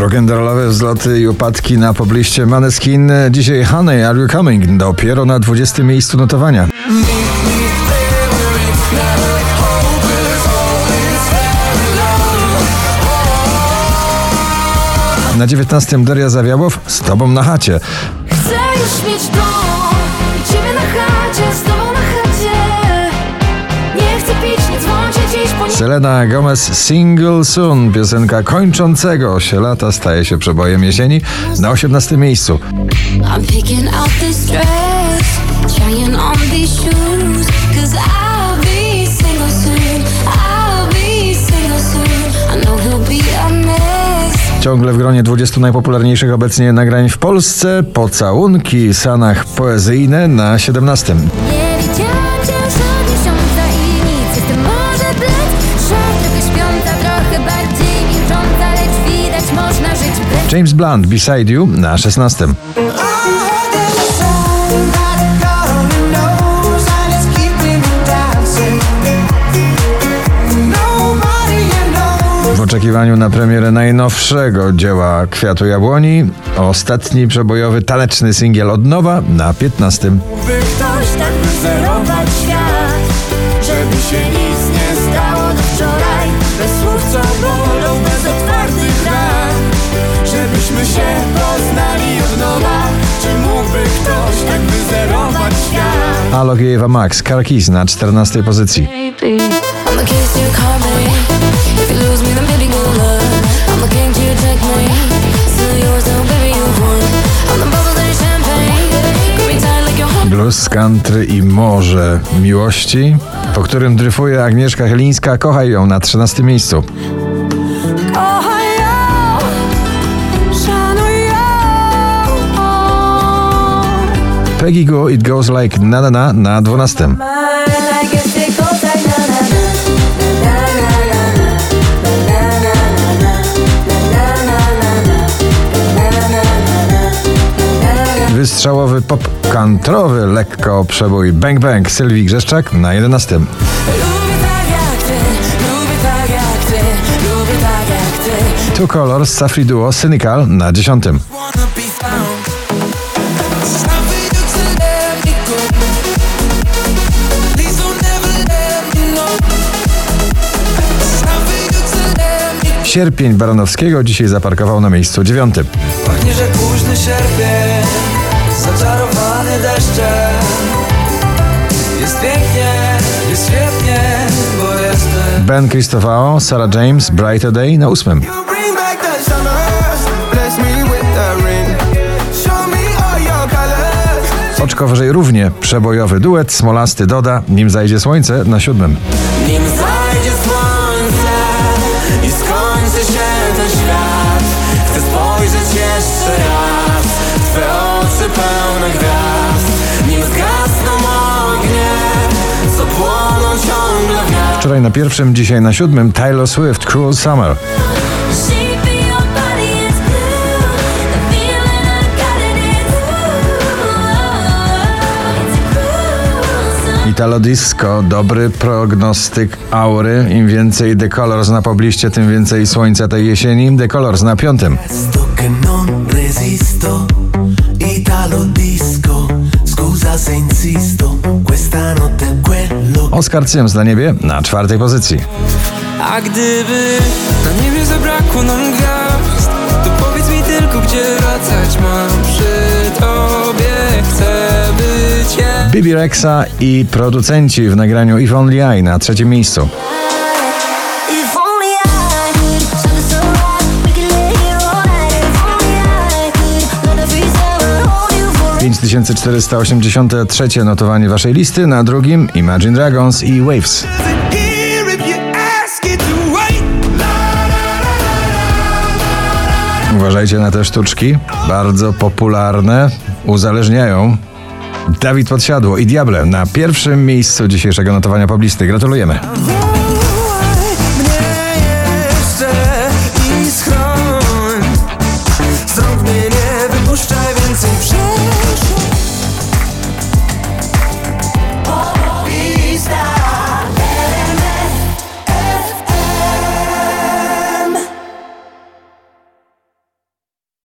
Rock'n'rollowe wzloty i upadki na pobliście Måneskin. Dzisiaj Honey, Are You Coming? Dopiero na 20. miejscu notowania. Na 19. Daria Zawiałow, Z tobą na chacie. Chcę już mieć dom i ciebie na chacie, z tobą na chacie. Nie chcę pić, nie dzwonię dziś po Selena Gomez, Single Soon, piosenka kończącego się lata, staje się przebojem jesieni na 18. miejscu. I'm picking out this dress, trying on these shoes, 'cause I'll be single soon, I'll be single soon, I know he'll be a mess. Ciągle w gronie 20 najpopularniejszych obecnie nagrań w Polsce. Pocałunki, Sanach poezyjne na 17. Nie widziałam cię już od miesiąca i nic, jestem może blec, że trochę śpiąca, trochę bardziej milcząca, lecz widać można żyć bez. James Blunt, Beside You na 16. W oczekiwaniu na premierę najnowszego dzieła Kwiatu Jabłoni, ostatni przebojowy taneczny singiel od nowa na 15. By ktoś tak wyzerować świat, żeby się nic nie stało do wczoraj, bez słów co bolą, bez otwartych ran, żebyśmy się poznali od nowa. Czy mógłby ktoś tak wyzerować świat? Alok i Ewa Max, Car Keys na 14. pozycji. Blues, country i morze miłości, po którym dryfuje Agnieszka Chylińska, Kochaj ją na 13. miejscu. Kochaj ją, szanuj ją. Peggy Gou, It Goes Like Na Na Na na 12. Wystrzałowy pop countrywy, lekko przebój Bang Bang Sylwii Grzeszczak na 11. Lubię tak jak ty, lubię tak jak ty, lubię tak jak ty. Two Colors, Safri Duo, Cynical na 10. Sierpień Baranowskiego dzisiaj zaparkował na miejscu 9. Pachnie, że późny sierpień, zaczarowany deszczem. Jest pięknie, jest świetnie, bo jestem. Ben Cristofao, Sarah James, Brighter Day na 8. Oczko wyżej równie przebojowy duet Smolasty Doda, Nim zajdzie słońce na 7. Nim zajdzie słońce i skończy się ten świat, chcę spojrzeć jeszcze raz w twe oczy pełne gwiazd. Nim zgasną ognie, co płoną ciągle w nas. Wczoraj na 1, dzisiaj na 7. Taylor Swift, Cruel Summer. Italo disco, dobry prognostyk aury. Im więcej The Colors na pobliście, tym więcej słońca tej jesieni. The Colors na 5. Oskar Sims na niebie na 4. pozycji. A gdyby na niebie zabrakło nam gwiazd, to powiedz mi tylko, gdzie wracać mam przy tobie. Chcę być ja. Bibi Rexa i producenci w nagraniu If Only I na 3. miejscu. 5483 notowanie waszej listy, na 2. Imagine Dragons i Waves. Uważajcie na te sztuczki, bardzo popularne, uzależniają. Dawid Podsiadło i Diable na 1. miejscu dzisiejszego notowania poblisty. Gratulujemy.